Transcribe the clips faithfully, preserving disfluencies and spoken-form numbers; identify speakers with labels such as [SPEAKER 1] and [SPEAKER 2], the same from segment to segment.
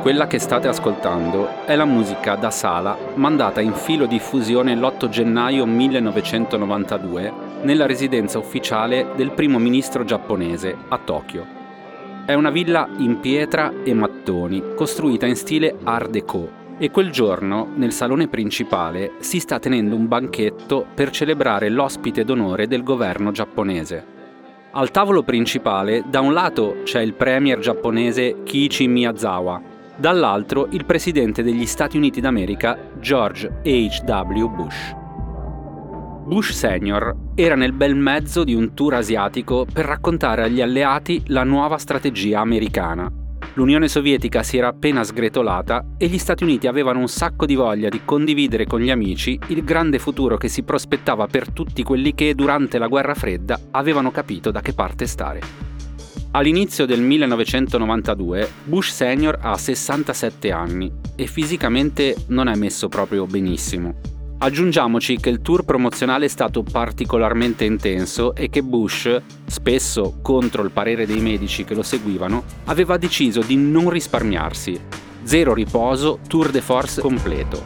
[SPEAKER 1] Quella che state ascoltando è la musica da sala mandata in filo diffusione l'otto gennaio millenovecentonovantadue nella residenza ufficiale del primo ministro giapponese a Tokyo. È una villa in pietra e mattoni, costruita in stile Art Déco, e quel giorno, nel salone principale, si sta tenendo un banchetto per celebrare l'ospite d'onore del governo giapponese. Al tavolo principale, da un lato c'è il premier giapponese Kiichi Miyazawa, dall'altro il presidente degli Stati Uniti d'America George H W Bush. Bush senior era nel bel mezzo di un tour asiatico per raccontare agli alleati la nuova strategia americana. L'Unione Sovietica si era appena sgretolata e gli Stati Uniti avevano un sacco di voglia di condividere con gli amici il grande futuro che si prospettava per tutti quelli che, durante la guerra fredda, avevano capito da che parte stare. All'inizio del millenovecentonovantadue, Bush senior ha sessantasette anni e fisicamente non è messo proprio benissimo. Aggiungiamoci che il tour promozionale è stato particolarmente intenso e che Bush, spesso contro il parere dei medici che lo seguivano, aveva deciso di non risparmiarsi. Zero riposo, tour de force completo.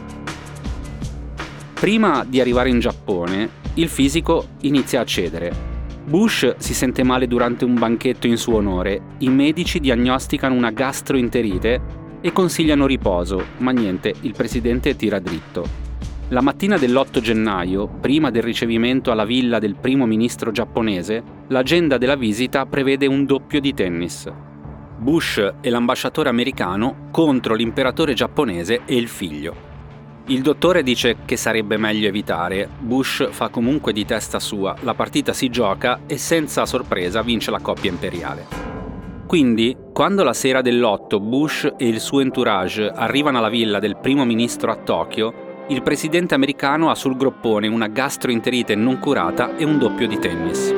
[SPEAKER 1] Prima di arrivare in Giappone, il fisico inizia a cedere. Bush si sente male durante un banchetto in suo onore, i medici diagnosticano una gastroenterite e consigliano riposo, ma niente, il presidente tira dritto. La mattina dell'otto gennaio, prima del ricevimento alla villa del primo ministro giapponese, l'agenda della visita prevede un doppio di tennis. Bush e l'ambasciatore americano contro l'imperatore giapponese e il figlio. Il dottore dice che sarebbe meglio evitare, Bush fa comunque di testa sua, la partita si gioca e senza sorpresa vince la coppia imperiale. Quindi, quando la sera dell'otto Bush e il suo entourage arrivano alla villa del primo ministro a Tokyo, il presidente americano ha sul groppone una gastroenterite non curata e un doppio di tennis.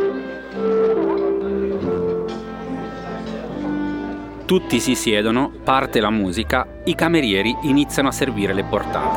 [SPEAKER 1] Tutti si siedono, parte la musica, i camerieri iniziano a servire le portate.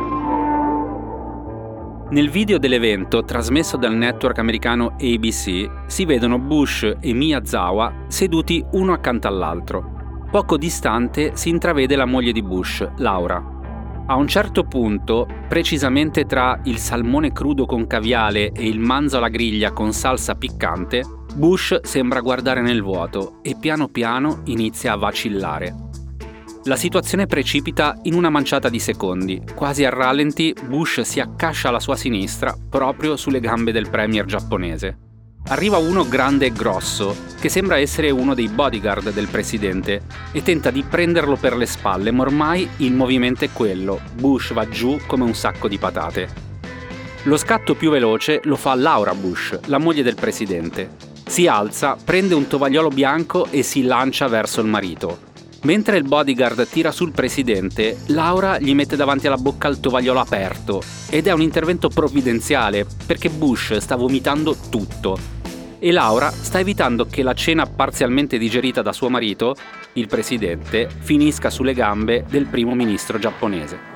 [SPEAKER 1] Nel video dell'evento, trasmesso dal network americano A B C, si vedono Bush e Miyazawa seduti uno accanto all'altro. Poco distante si intravede la moglie di Bush, Laura. A un certo punto, precisamente tra il salmone crudo con caviale e il manzo alla griglia con salsa piccante, Bush sembra guardare nel vuoto e piano piano inizia a vacillare. La situazione precipita in una manciata di secondi. Quasi a rallenti, Bush si accascia alla sua sinistra proprio sulle gambe del premier giapponese. Arriva uno grande e grosso, che sembra essere uno dei bodyguard del presidente, e tenta di prenderlo per le spalle, ma ormai il movimento è quello. Bush va giù come un sacco di patate. Lo scatto più veloce lo fa Laura Bush, la moglie del presidente. Si alza, prende un tovagliolo bianco e si lancia verso il marito. Mentre il bodyguard tira sul presidente, Laura gli mette davanti alla bocca il tovagliolo aperto ed è un intervento provvidenziale perché Bush sta vomitando tutto e Laura sta evitando che la cena parzialmente digerita da suo marito, il presidente, finisca sulle gambe del primo ministro giapponese.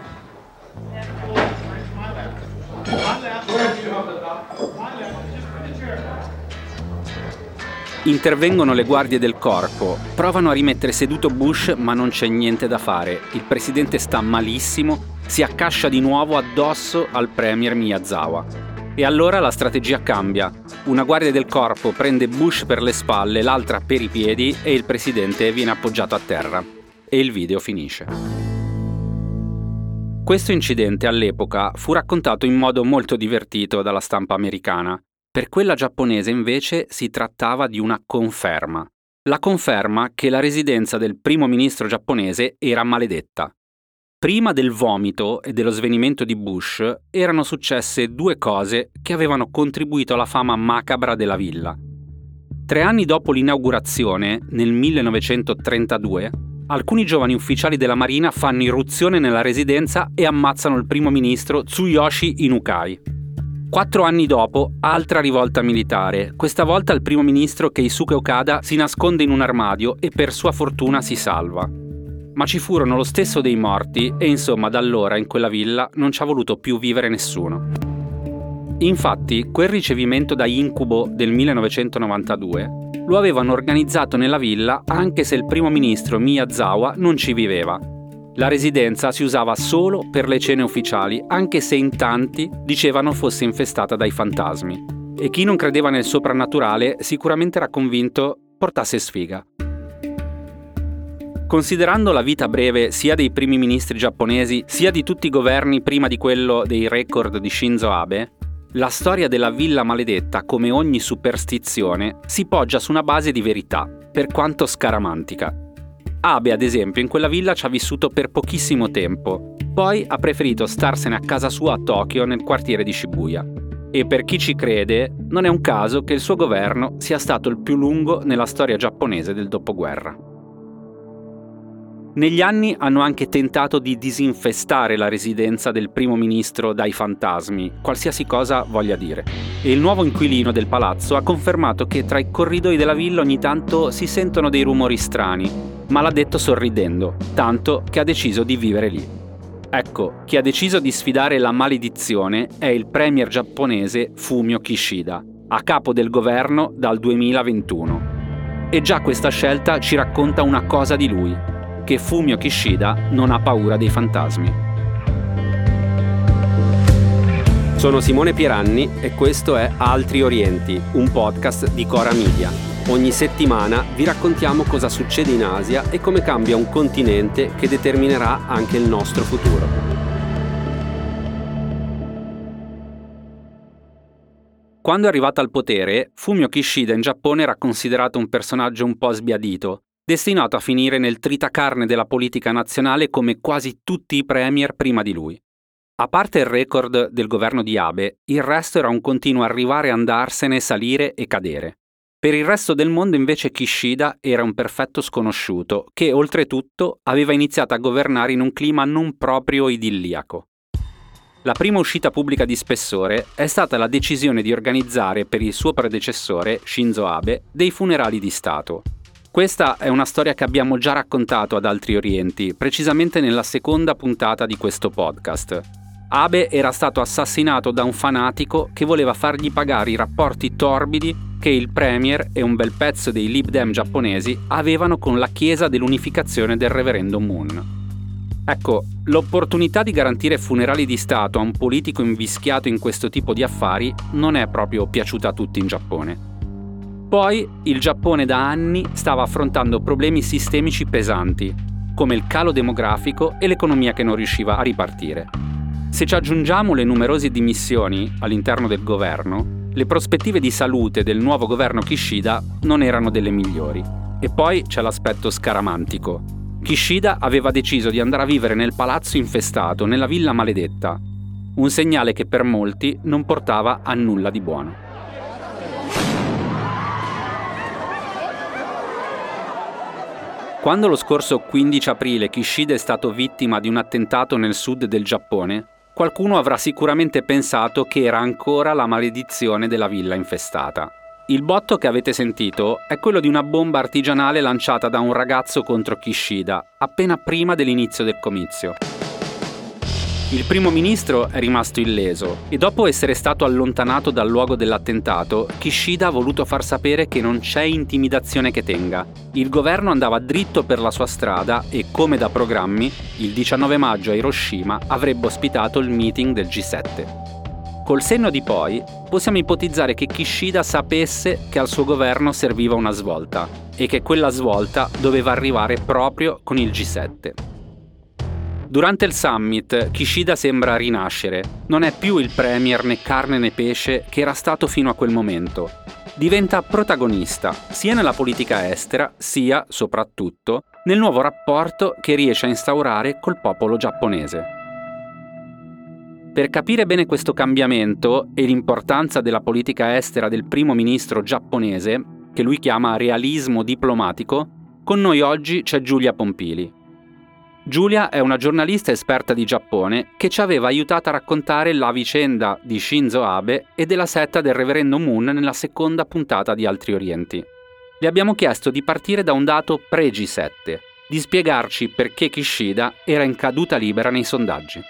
[SPEAKER 1] Intervengono le guardie del corpo, provano a rimettere seduto Bush ma non c'è niente da fare, il presidente sta malissimo, si accascia di nuovo addosso al premier Miyazawa. E allora la strategia cambia, una guardia del corpo prende Bush per le spalle, l'altra per i piedi e il presidente viene appoggiato a terra. E il video finisce. Questo incidente all'epoca fu raccontato in modo molto divertito dalla stampa americana. Per quella giapponese invece si trattava di una conferma. La conferma che la residenza del primo ministro giapponese era maledetta. Prima del vomito e dello svenimento di Bush erano successe due cose che avevano contribuito alla fama macabra della villa. Tre anni dopo l'inaugurazione, nel millenovecentotrentadue, alcuni giovani ufficiali della Marina fanno irruzione nella residenza e ammazzano il primo ministro Tsuyoshi Inukai. Quattro anni dopo, altra rivolta militare. Questa volta il primo ministro Keisuke Okada si nasconde in un armadio e per sua fortuna si salva. Ma ci furono lo stesso dei morti e insomma da allora in quella villa non ci ha voluto più vivere nessuno. Infatti, quel ricevimento da incubo del millenovecentonovantadue lo avevano organizzato nella villa anche se il primo ministro Miyazawa non ci viveva. La residenza si usava solo per le cene ufficiali, anche se in tanti dicevano fosse infestata dai fantasmi. E chi non credeva nel soprannaturale sicuramente era convinto portasse sfiga. Considerando la vita breve sia dei primi ministri giapponesi sia di tutti i governi prima di quello dei record di Shinzo Abe, la storia della villa maledetta, come ogni superstizione, si poggia su una base di verità, per quanto scaramantica. Abe, ad esempio, in quella villa ci ha vissuto per pochissimo tempo, poi ha preferito starsene a casa sua a Tokyo, nel quartiere di Shibuya. E per chi ci crede, non è un caso che il suo governo sia stato il più lungo nella storia giapponese del dopoguerra. Negli anni hanno anche tentato di disinfestare la residenza del primo ministro dai fantasmi, qualsiasi cosa voglia dire. E il nuovo inquilino del palazzo ha confermato che tra i corridoi della villa ogni tanto si sentono dei rumori strani, ma l'ha detto sorridendo, tanto che ha deciso di vivere lì. Ecco, chi ha deciso di sfidare la maledizione è il premier giapponese Fumio Kishida, a capo del governo dal duemilaventuno. E già questa scelta ci racconta una cosa di lui, che Fumio Kishida non ha paura dei fantasmi.
[SPEAKER 2] Sono Simone Pieranni e questo è Altri Orienti, un podcast di Cora Media. Ogni settimana vi raccontiamo cosa succede in Asia e come cambia un continente che determinerà anche il nostro futuro.
[SPEAKER 1] Quando è arrivato al potere, Fumio Kishida in Giappone era considerato un personaggio un po' sbiadito, destinato a finire nel tritacarne della politica nazionale come quasi tutti i premier prima di lui. A parte il record del governo di Abe, il resto era un continuo arrivare e andarsene, salire e cadere. Per il resto del mondo invece Kishida era un perfetto sconosciuto che oltretutto aveva iniziato a governare in un clima non proprio idilliaco. La prima uscita pubblica di spessore è stata la decisione di organizzare per il suo predecessore, Shinzo Abe, dei funerali di Stato. Questa è una storia che abbiamo già raccontato ad Altri Orienti, precisamente nella seconda puntata di questo podcast. Abe era stato assassinato da un fanatico che voleva fargli pagare i rapporti torbidi che il premier e un bel pezzo dei Lib Dem giapponesi avevano con la chiesa dell'unificazione del reverendo Moon. Ecco, l'opportunità di garantire funerali di Stato a un politico invischiato in questo tipo di affari non è proprio piaciuta a tutti in Giappone. Poi il Giappone da anni stava affrontando problemi sistemici pesanti, come il calo demografico e l'economia che non riusciva a ripartire. Se ci aggiungiamo le numerose dimissioni all'interno del governo, le prospettive di salute del nuovo governo Kishida non erano delle migliori. E poi c'è l'aspetto scaramantico. Kishida aveva deciso di andare a vivere nel palazzo infestato, nella villa maledetta, un segnale che per molti non portava a nulla di buono. Quando lo scorso quindici aprile Kishida è stato vittima di un attentato nel sud del Giappone, qualcuno avrà sicuramente pensato che era ancora la maledizione della villa infestata. Il botto che avete sentito è quello di una bomba artigianale lanciata da un ragazzo contro Kishida, appena prima dell'inizio del comizio. Il primo ministro è rimasto illeso e dopo essere stato allontanato dal luogo dell'attentato, Kishida ha voluto far sapere che non c'è intimidazione che tenga. Il governo andava dritto per la sua strada e, come da programmi, il diciannove maggio a Hiroshima avrebbe ospitato il meeting del G sette. Col senno di poi, possiamo ipotizzare che Kishida sapesse che al suo governo serviva una svolta e che quella svolta doveva arrivare proprio con il G sette. Durante il summit, Kishida sembra rinascere. Non è più il premier né carne né pesce che era stato fino a quel momento. Diventa protagonista, sia nella politica estera, sia, soprattutto, nel nuovo rapporto che riesce a instaurare col popolo giapponese. Per capire bene questo cambiamento e l'importanza della politica estera del primo ministro giapponese, che lui chiama realismo diplomatico, con noi oggi c'è Giulia Pompili. Giulia è una giornalista esperta di Giappone che ci aveva aiutato a raccontare la vicenda di Shinzo Abe e della setta del reverendo Moon nella seconda puntata di Altri Orienti. Le abbiamo chiesto di partire da un dato pre-G sette, di spiegarci perché Kishida era in caduta libera nei sondaggi.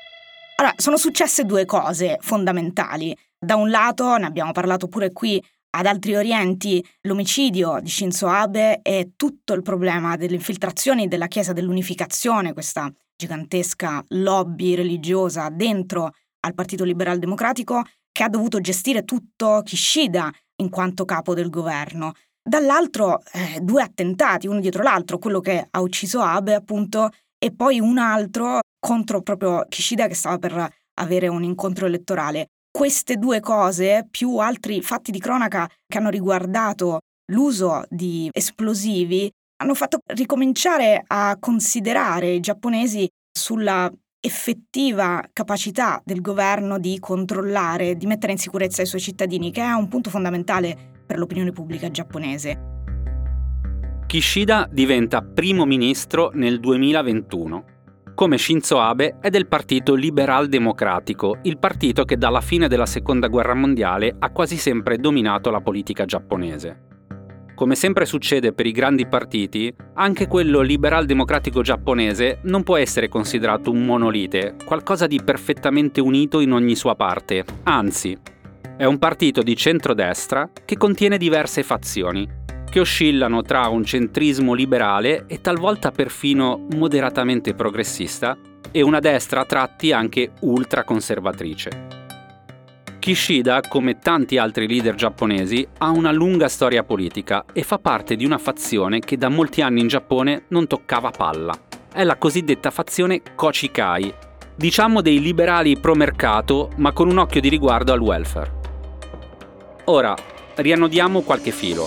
[SPEAKER 3] Allora, sono successe due cose fondamentali. Da un lato, ne abbiamo parlato pure qui Ad Altri Orienti l'omicidio di Shinzo Abe e tutto il problema delle infiltrazioni della Chiesa dell'Unificazione, questa gigantesca lobby religiosa dentro al Partito Liberal Democratico, che ha dovuto gestire tutto Kishida in quanto capo del governo. Dall'altro eh, due attentati, uno dietro l'altro, quello che ha ucciso Abe appunto, e poi un altro contro proprio Kishida che stava per avere un incontro elettorale. Queste due cose, più altri fatti di cronaca che hanno riguardato l'uso di esplosivi, hanno fatto ricominciare a considerare i giapponesi sulla effettiva capacità del governo di controllare, di mettere in sicurezza i suoi cittadini, che è un punto fondamentale per l'opinione pubblica giapponese.
[SPEAKER 1] Kishida diventa primo ministro nel duemilaventuno. Come Shinzo Abe è del Partito Liberal Democratico, il partito che dalla fine della Seconda Guerra Mondiale ha quasi sempre dominato la politica giapponese. Come sempre succede per i grandi partiti, anche quello liberal democratico giapponese non può essere considerato un monolite, qualcosa di perfettamente unito in ogni sua parte. Anzi, è un partito di centrodestra che contiene diverse fazioni, che oscillano tra un centrismo liberale e talvolta perfino moderatamente progressista e una destra a tratti anche ultraconservatrice. Kishida, come tanti altri leader giapponesi, ha una lunga storia politica e fa parte di una fazione che da molti anni in Giappone non toccava palla. È la cosiddetta fazione Kochikai, diciamo dei liberali pro mercato ma con un occhio di riguardo al welfare. Ora, riannodiamo qualche filo.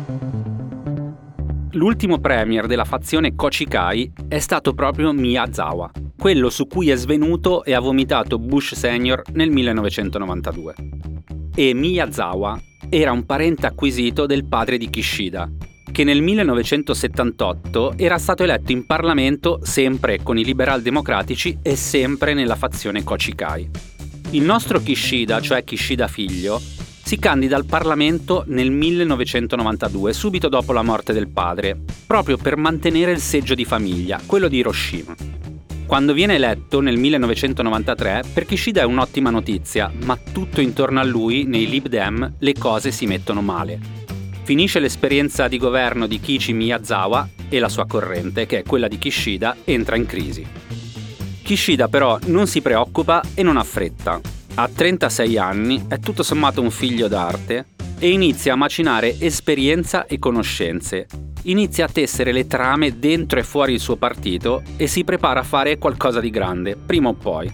[SPEAKER 1] L'ultimo premier della fazione Kochikai è stato proprio Miyazawa, quello su cui è svenuto e ha vomitato Bush senior nel millenovecentonovantadue. E Miyazawa era un parente acquisito del padre di Kishida, che nel millenovecentosettantotto era stato eletto in Parlamento sempre con i liberal democratici e sempre nella fazione Kochikai. Il nostro Kishida, cioè Kishida figlio, si candida al Parlamento nel millenovecentonovantadue, subito dopo la morte del padre, proprio per mantenere il seggio di famiglia, quello di Hiroshima. Quando viene eletto nel millenovecentonovantatré, per Kishida è un'ottima notizia, ma tutto intorno a lui, nei Lib Dem, le cose si mettono male. Finisce l'esperienza di governo di Kiichi Miyazawa e la sua corrente, che è quella di Kishida, entra in crisi. Kishida però non si preoccupa e non ha fretta. Ha trentasei anni, è tutto sommato un figlio d'arte e inizia a macinare esperienza e conoscenze. Inizia a tessere le trame dentro e fuori il suo partito e si prepara a fare qualcosa di grande, prima o poi.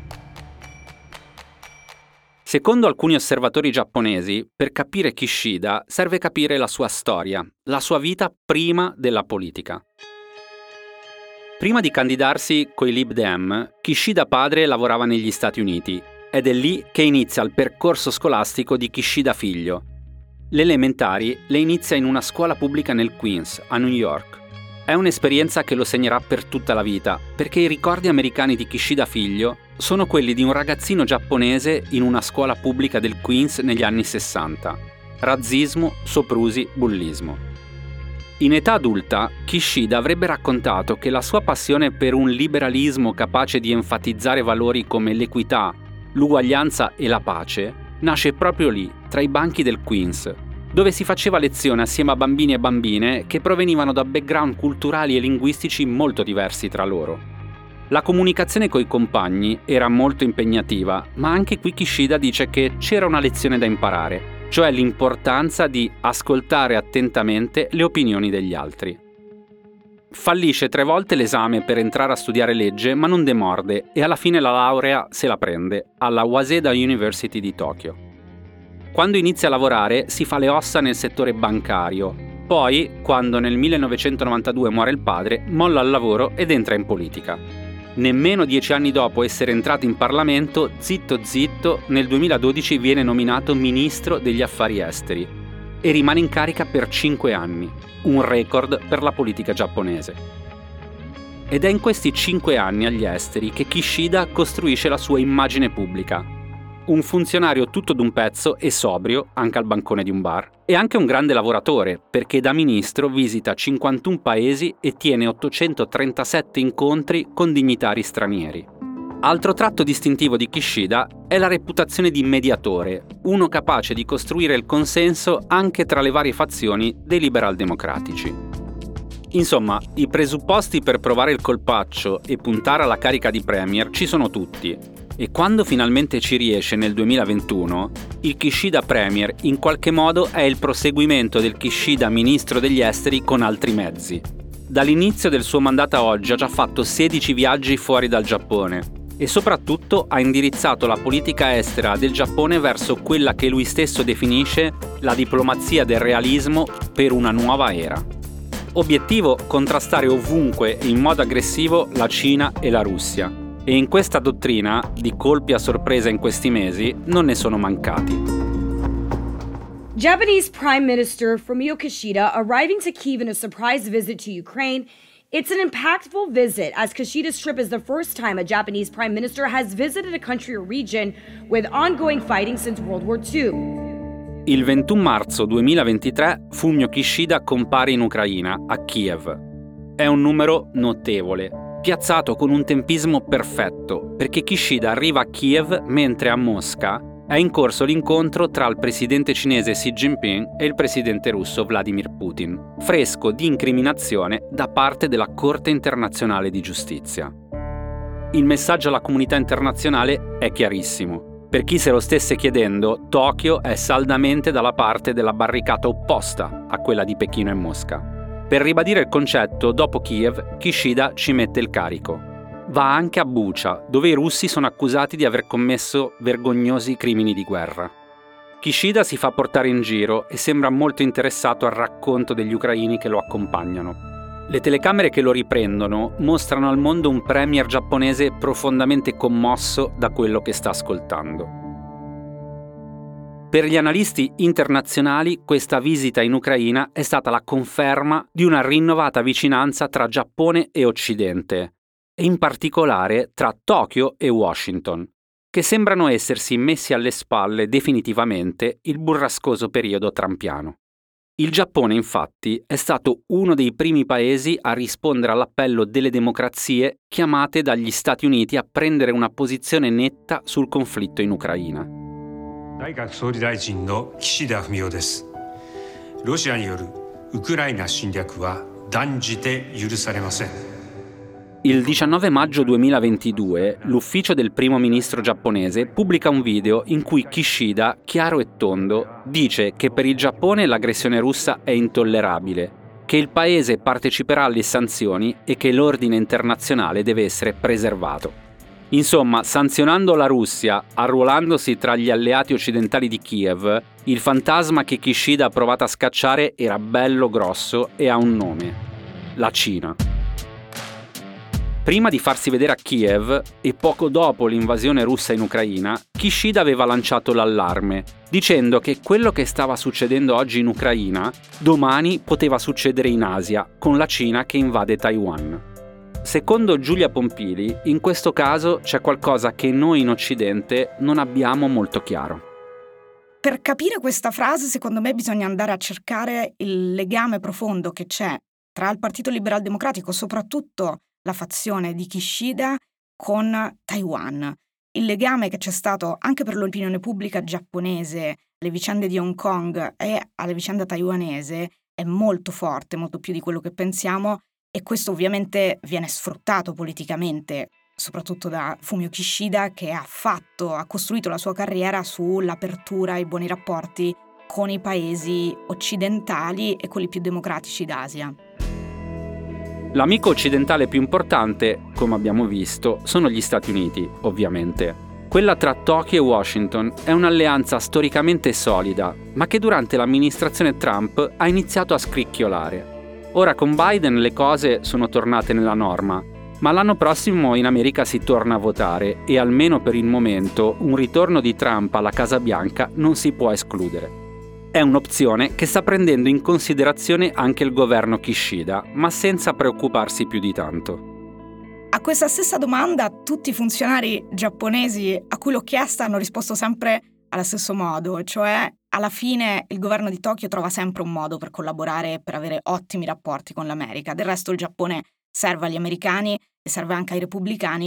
[SPEAKER 1] Secondo alcuni osservatori giapponesi, per capire Kishida serve capire la sua storia, la sua vita prima della politica. Prima di candidarsi coi Lib Dem, Kishida padre lavorava negli Stati Uniti ed è lì che inizia il percorso scolastico di Kishida figlio. Le elementari le inizia in una scuola pubblica nel Queens, a New York. È un'esperienza che lo segnerà per tutta la vita, perché i ricordi americani di Kishida figlio sono quelli di un ragazzino giapponese in una scuola pubblica del Queens negli anni sessanta. Razzismo, soprusi, bullismo. In età adulta, Kishida avrebbe raccontato che la sua passione per un liberalismo capace di enfatizzare valori come l'equità, l'uguaglianza e la pace nasce proprio lì, tra i banchi del Queens, dove si faceva lezione assieme a bambini e bambine che provenivano da background culturali e linguistici molto diversi tra loro. La comunicazione coi compagni era molto impegnativa, ma anche qui Kishida dice che c'era una lezione da imparare, cioè l'importanza di ascoltare attentamente le opinioni degli altri. Fallisce tre volte l'esame per entrare a studiare legge, ma non demorde e alla fine la laurea se la prende alla Waseda University di Tokyo. Quando inizia a lavorare si fa le ossa nel settore bancario, poi, quando nel millenovecentonovantadue muore il padre, molla il lavoro ed entra in politica. Nemmeno dieci anni dopo essere entrato in Parlamento, zitto zitto, nel duemiladodici viene nominato Ministro degli Affari Esteri e rimane in carica per cinque anni, un record per la politica giapponese. Ed è in questi cinque anni agli esteri che Kishida costruisce la sua immagine pubblica. Un funzionario tutto d'un pezzo e sobrio, anche al bancone di un bar, e anche un grande lavoratore, perché da ministro visita cinquantuno paesi e tiene ottocentotrentasette incontri con dignitari stranieri. Altro tratto distintivo di Kishida è la reputazione di mediatore, uno capace di costruire il consenso anche tra le varie fazioni dei liberal-democratici. Insomma, i presupposti per provare il colpaccio e puntare alla carica di premier ci sono tutti, e quando finalmente ci riesce nel duemilaventuno, il Kishida premier in qualche modo è il proseguimento del Kishida ministro degli esteri con altri mezzi. Dall'inizio del suo mandato a oggi ha già fatto sedici viaggi fuori dal Giappone e soprattutto ha indirizzato la politica estera del Giappone verso quella che lui stesso definisce la diplomazia del realismo per una nuova era. Obiettivo: contrastare ovunque e in modo aggressivo la Cina e la Russia. E in questa dottrina, di colpi a sorpresa in questi mesi, non ne sono mancati.
[SPEAKER 4] Japanese Prime Minister Fumio Kishida arriving to Kyiv in a surprise visit to Ukraine. It's an impactful visit, as Kishida's trip is the first time a Japanese prime minister has visited a country or region with ongoing fighting since World War Two.
[SPEAKER 1] Il ventuno marzo duemilaventitré Fumio Kishida compare in Ucraina, a Kiev. È un numero notevole, piazzato con un tempismo perfetto, perché Kishida arriva a Kiev mentre a Mosca è in corso l'incontro tra il presidente cinese Xi Jinping e il presidente russo Vladimir Putin, fresco di incriminazione da parte della Corte internazionale di giustizia. Il messaggio alla comunità internazionale è chiarissimo. Per chi se lo stesse chiedendo, Tokyo è saldamente dalla parte della barricata opposta a quella di Pechino e Mosca. Per ribadire il concetto, dopo Kiev, Kishida ci mette il carico. Va anche a Bucha, dove i russi sono accusati di aver commesso vergognosi crimini di guerra. Kishida si fa portare in giro e sembra molto interessato al racconto degli ucraini che lo accompagnano. Le telecamere che lo riprendono mostrano al mondo un premier giapponese profondamente commosso da quello che sta ascoltando. Per gli analisti internazionali, questa visita in Ucraina è stata la conferma di una rinnovata vicinanza tra Giappone e Occidente, e in particolare tra Tokyo e Washington, che sembrano essersi messi alle spalle definitivamente il burrascoso periodo trumpiano. Il Giappone, infatti, è stato uno dei primi paesi a rispondere all'appello delle democrazie chiamate dagli Stati Uniti a prendere una posizione netta sul conflitto in Ucraina.
[SPEAKER 5] 内閣総理大臣の岸田文雄です。ロシアによるウクライナ侵略は断じて許されません。
[SPEAKER 1] Il diciannove maggio duemilaventidue, l'ufficio del primo ministro giapponese pubblica un video in cui Kishida, chiaro e tondo, dice che per il Giappone l'aggressione russa è intollerabile, che il paese parteciperà alle sanzioni e che l'ordine internazionale deve essere preservato. Insomma, sanzionando la Russia, arruolandosi tra gli alleati occidentali di Kiev, il fantasma che Kishida ha provato a scacciare era bello grosso e ha un nome: la Cina. Prima di farsi vedere a Kiev e poco dopo l'invasione russa in Ucraina, Kishida aveva lanciato l'allarme, dicendo che quello che stava succedendo oggi in Ucraina, domani poteva succedere in Asia, con la Cina che invade Taiwan. Secondo Giulia Pompili, in questo caso c'è qualcosa che noi in Occidente non abbiamo molto chiaro.
[SPEAKER 3] Per capire questa frase, secondo me, bisogna andare a cercare il legame profondo che c'è tra il Partito Liberal Democratico, soprattutto la fazione di Kishida, con Taiwan. Il legame che c'è stato anche per l'opinione pubblica giapponese, le vicende di Hong Kong e alle vicende taiwanese è molto forte, molto più di quello che pensiamo, e questo ovviamente viene sfruttato politicamente, soprattutto da Fumio Kishida, che ha fatto, ha costruito la sua carriera sull'apertura e i buoni rapporti con i paesi occidentali e quelli più democratici d'Asia.
[SPEAKER 1] L'amico occidentale più importante, come abbiamo visto, sono gli Stati Uniti, ovviamente. Quella tra Tokyo e Washington è un'alleanza storicamente solida, ma che durante l'amministrazione Trump ha iniziato a scricchiolare. Ora con Biden le cose sono tornate nella norma, ma l'anno prossimo in America si torna a votare e almeno per il momento un ritorno di Trump alla Casa Bianca non si può escludere. È un'opzione che sta prendendo in considerazione anche il governo Kishida, ma senza preoccuparsi più di tanto.
[SPEAKER 3] A questa stessa domanda tutti i funzionari giapponesi a cui l'ho chiesta hanno risposto sempre allo stesso modo, cioè alla fine il governo di Tokyo trova sempre un modo per collaborare e per avere ottimi rapporti con l'America. Del resto il Giappone serve agli americani e serve anche ai repubblicani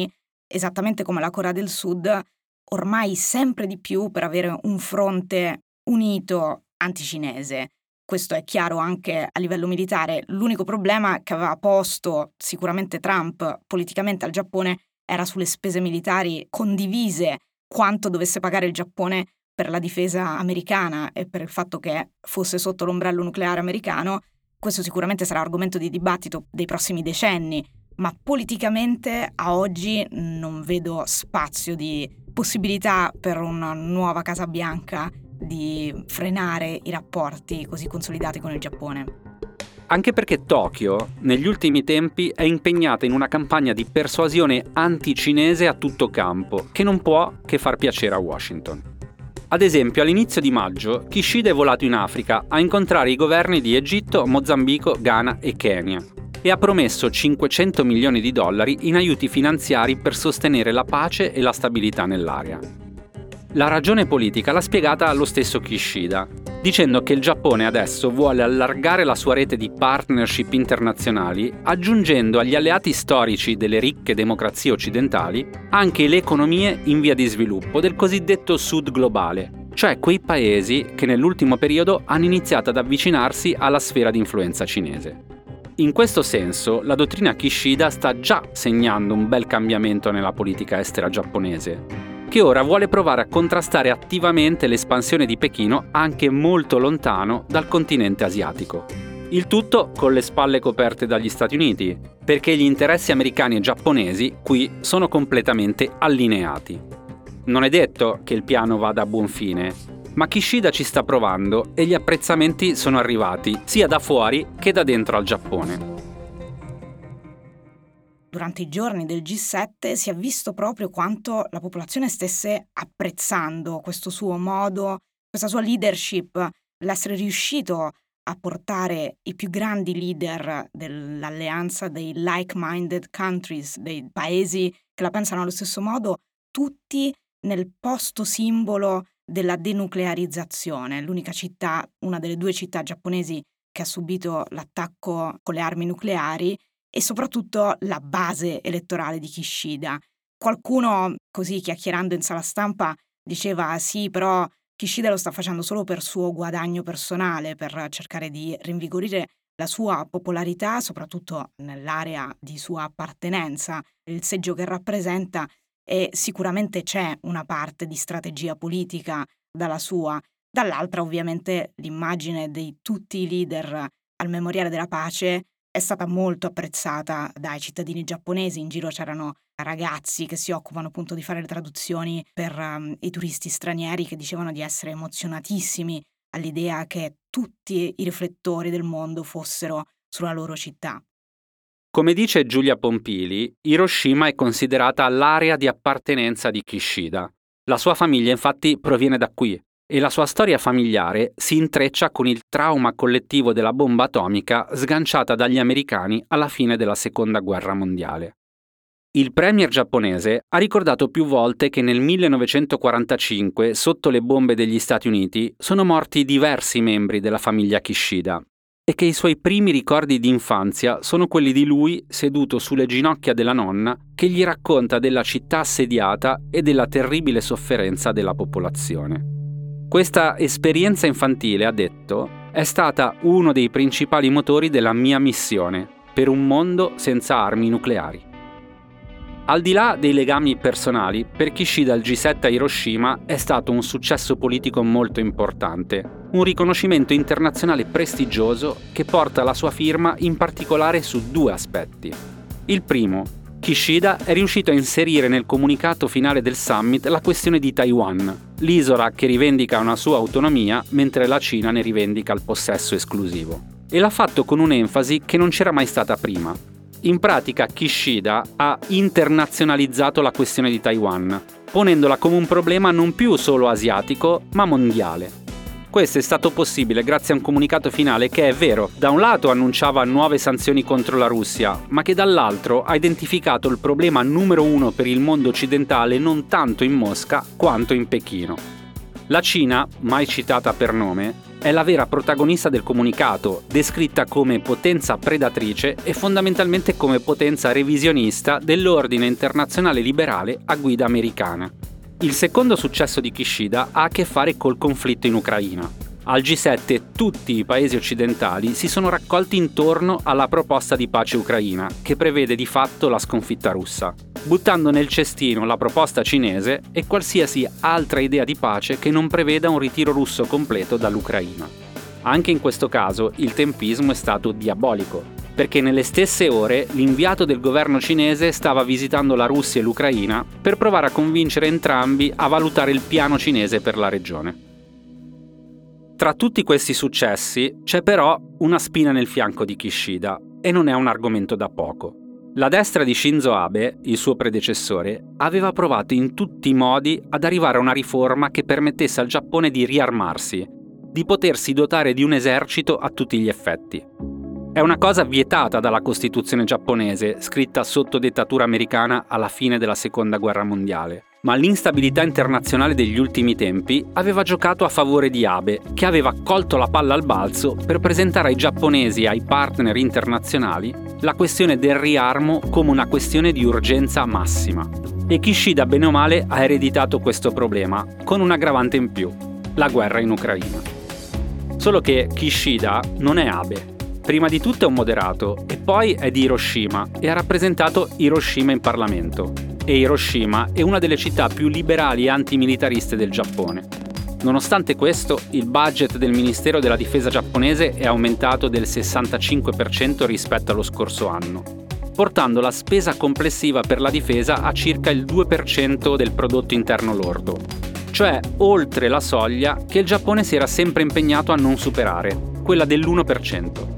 [SPEAKER 3] esattamente come la Corea del Sud, ormai sempre di più per avere un fronte unito anticinese. Questo è chiaro anche a livello militare. L'unico problema che aveva posto sicuramente Trump politicamente al Giappone era sulle spese militari condivise, quanto dovesse pagare il Giappone per la difesa americana e per il fatto che fosse sotto l'ombrello nucleare americano. Questo sicuramente sarà argomento di dibattito dei prossimi decenni, ma politicamente a oggi non vedo spazio di possibilità per una nuova Casa Bianca di frenare i rapporti così consolidati con il Giappone.
[SPEAKER 1] Anche perché Tokyo, negli ultimi tempi, è impegnata in una campagna di persuasione anti-cinese a tutto campo, che non può che far piacere a Washington. Ad esempio, all'inizio di maggio, Kishida è volato in Africa a incontrare i governi di Egitto, Mozambico, Ghana e Kenya e ha promesso cinquecento milioni di dollari in aiuti finanziari per sostenere la pace e la stabilità nell'area. La ragione politica l'ha spiegata lo stesso Kishida, dicendo che il Giappone adesso vuole allargare la sua rete di partnership internazionali, aggiungendo agli alleati storici delle ricche democrazie occidentali anche le economie in via di sviluppo del cosiddetto Sud globale, cioè quei paesi che nell'ultimo periodo hanno iniziato ad avvicinarsi alla sfera di influenza cinese. In questo senso, la dottrina Kishida sta già segnando un bel cambiamento nella politica estera giapponese, che ora vuole provare a contrastare attivamente l'espansione di Pechino anche molto lontano dal continente asiatico. Il tutto con le spalle coperte dagli Stati Uniti, perché gli interessi americani e giapponesi qui sono completamente allineati. Non è detto che il piano vada a buon fine, ma Kishida ci sta provando e gli apprezzamenti sono arrivati sia da fuori che da dentro al Giappone.
[SPEAKER 3] Durante i giorni del G sette si è visto proprio quanto la popolazione stesse apprezzando questo suo modo, questa sua leadership, l'essere riuscito a portare i più grandi leader dell'alleanza dei like-minded countries, dei paesi che la pensano allo stesso modo, tutti nel posto simbolo della denuclearizzazione, l'unica città, una delle due città giapponesi che ha subito l'attacco con le armi nucleari, e soprattutto la base elettorale di Kishida. Qualcuno, così chiacchierando in sala stampa, diceva sì, però Kishida lo sta facendo solo per suo guadagno personale, per cercare di rinvigorire la sua popolarità, soprattutto nell'area di sua appartenenza, il seggio che rappresenta, e sicuramente c'è una parte di strategia politica dalla sua. Dall'altra, ovviamente, l'immagine di tutti i leader al Memoriale della Pace è stata molto apprezzata dai cittadini giapponesi. In giro c'erano ragazzi che si occupano appunto di fare le traduzioni per um, i turisti stranieri, che dicevano di essere emozionatissimi all'idea che tutti i riflettori del mondo fossero sulla loro città.
[SPEAKER 1] Come dice Giulia Pompili, Hiroshima è considerata l'area di appartenenza di Kishida. La sua famiglia infatti proviene da qui e la sua storia familiare si intreccia con il trauma collettivo della bomba atomica sganciata dagli americani alla fine della Seconda Guerra Mondiale. Il premier giapponese ha ricordato più volte che nel millenovecentoquarantacinque, sotto le bombe degli Stati Uniti, sono morti diversi membri della famiglia Kishida e che i suoi primi ricordi di infanzia sono quelli di lui seduto sulle ginocchia della nonna che gli racconta della città assediata e della terribile sofferenza della popolazione. Questa esperienza infantile, ha detto, è stata uno dei principali motori della mia missione per un mondo senza armi nucleari. Al di là dei legami personali, per Kishida il G sette a Hiroshima è stato un successo politico molto importante, un riconoscimento internazionale prestigioso che porta la sua firma in particolare su due aspetti. Il primo, Kishida è riuscito a inserire nel comunicato finale del summit la questione di Taiwan, l'isola che rivendica una sua autonomia mentre la Cina ne rivendica il possesso esclusivo. E l'ha fatto con un'enfasi che non c'era mai stata prima. In pratica Kishida ha internazionalizzato la questione di Taiwan, ponendola come un problema non più solo asiatico, ma mondiale. Questo è stato possibile grazie a un comunicato finale che, è vero, da un lato annunciava nuove sanzioni contro la Russia, ma che dall'altro ha identificato il problema numero uno per il mondo occidentale non tanto in Mosca quanto in Pechino. La Cina, mai citata per nome, è la vera protagonista del comunicato, descritta come potenza predatrice e fondamentalmente come potenza revisionista dell'ordine internazionale liberale a guida americana. Il secondo successo di Kishida ha a che fare col conflitto in Ucraina. Al G sette tutti i paesi occidentali si sono raccolti intorno alla proposta di pace ucraina, che prevede di fatto la sconfitta russa, buttando nel cestino la proposta cinese e qualsiasi altra idea di pace che non preveda un ritiro russo completo dall'Ucraina. Anche in questo caso il tempismo è stato diabolico, perché nelle stesse ore l'inviato del governo cinese stava visitando la Russia e l'Ucraina per provare a convincere entrambi a valutare il piano cinese per la regione. Tra tutti questi successi c'è però una spina nel fianco di Kishida, e non è un argomento da poco. La destra di Shinzo Abe, il suo predecessore, aveva provato in tutti i modi ad arrivare a una riforma che permettesse al Giappone di riarmarsi, di potersi dotare di un esercito a tutti gli effetti. È una cosa vietata dalla Costituzione giapponese, scritta sotto dettatura americana alla fine della Seconda Guerra Mondiale. Ma l'instabilità internazionale degli ultimi tempi aveva giocato a favore di Abe, che aveva colto la palla al balzo per presentare ai giapponesi e ai partner internazionali la questione del riarmo come una questione di urgenza massima. E Kishida, bene o male, ha ereditato questo problema, con un aggravante in più: la guerra in Ucraina. Solo che Kishida non è Abe. Prima di tutto è un moderato, e poi è di Hiroshima, e ha rappresentato Hiroshima in Parlamento. E Hiroshima è una delle città più liberali e antimilitariste del Giappone. Nonostante questo, il budget del Ministero della Difesa giapponese è aumentato del sessantacinque per cento rispetto allo scorso anno, portando la spesa complessiva per la difesa a circa il due per cento del prodotto interno lordo, cioè oltre la soglia che il Giappone si era sempre impegnato a non superare, quella dell'uno per cento.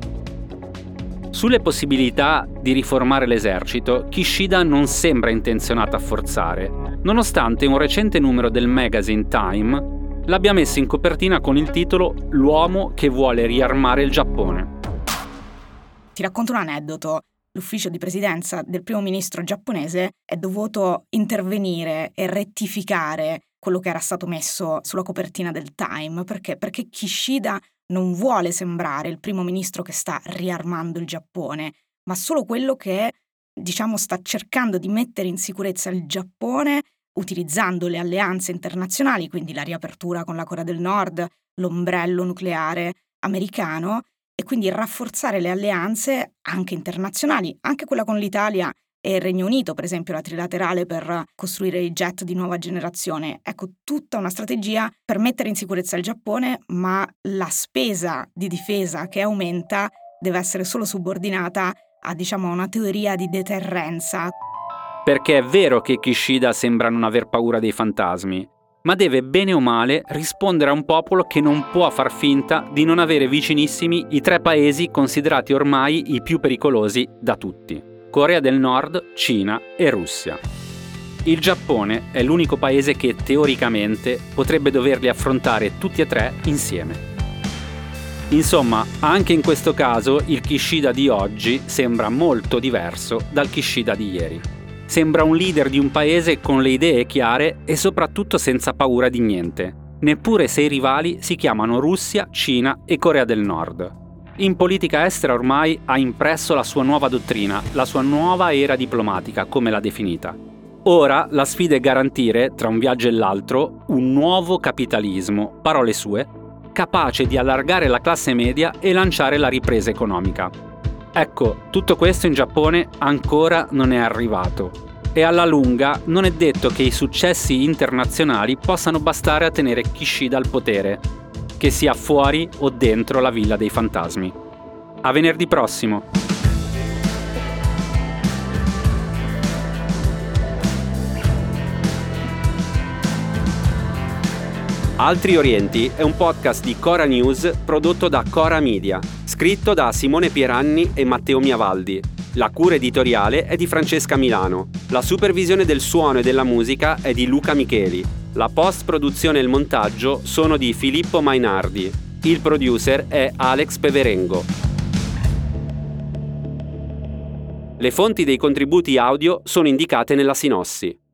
[SPEAKER 1] Sulle possibilità di riformare l'esercito, Kishida non sembra intenzionata a forzare, nonostante un recente numero del magazine Time l'abbia messo in copertina con il titolo «L'uomo che vuole riarmare il Giappone».
[SPEAKER 3] Ti racconto un aneddoto. L'ufficio di presidenza del primo ministro giapponese è dovuto intervenire e rettificare quello che era stato messo sulla copertina del Time. Perché? Perché Kishida non vuole sembrare il primo ministro che sta riarmando il Giappone, ma solo quello che, diciamo, sta cercando di mettere in sicurezza il Giappone utilizzando le alleanze internazionali, quindi la riapertura con la Corea del Nord, l'ombrello nucleare americano, e quindi rafforzare le alleanze anche internazionali, anche quella con l'Italia e il Regno Unito, per esempio la trilaterale per costruire i jet di nuova generazione. Ecco, tutta una strategia per mettere in sicurezza il Giappone, ma la spesa di difesa che aumenta deve essere solo subordinata a, diciamo, una teoria di deterrenza.
[SPEAKER 1] Perché è vero che Kishida sembra non aver paura dei fantasmi, ma deve bene o male rispondere a un popolo che non può far finta di non avere vicinissimi i tre paesi considerati ormai i più pericolosi da tutti: Corea del Nord, Cina e Russia. Il Giappone è l'unico paese che teoricamente potrebbe doverli affrontare tutti e tre insieme. Insomma, anche in questo caso il Kishida di oggi sembra molto diverso dal Kishida di ieri. Sembra un leader di un paese con le idee chiare e soprattutto senza paura di niente, neppure se i rivali si chiamano Russia, Cina e Corea del Nord. In politica estera ormai ha impresso la sua nuova dottrina, la sua nuova era diplomatica, come l'ha definita. Ora la sfida è garantire, tra un viaggio e l'altro, un nuovo capitalismo, parole sue, capace di allargare la classe media e lanciare la ripresa economica. Ecco, tutto questo in Giappone ancora non è arrivato. E alla lunga non è detto che i successi internazionali possano bastare a tenere Kishida al potere, che sia fuori o dentro la Villa dei Fantasmi. A venerdì prossimo!
[SPEAKER 2] Altri Orienti è un podcast di Cora News prodotto da Cora Media, scritto da Simone Pieranni e Matteo Miavaldi. La cura editoriale è di Francesca Milano. La supervisione del suono e della musica è di Luca Micheli. La post-produzione e il montaggio sono di Filippo Mainardi. Il producer è Alex Peverengo. Le fonti dei contributi audio sono indicate nella sinossi.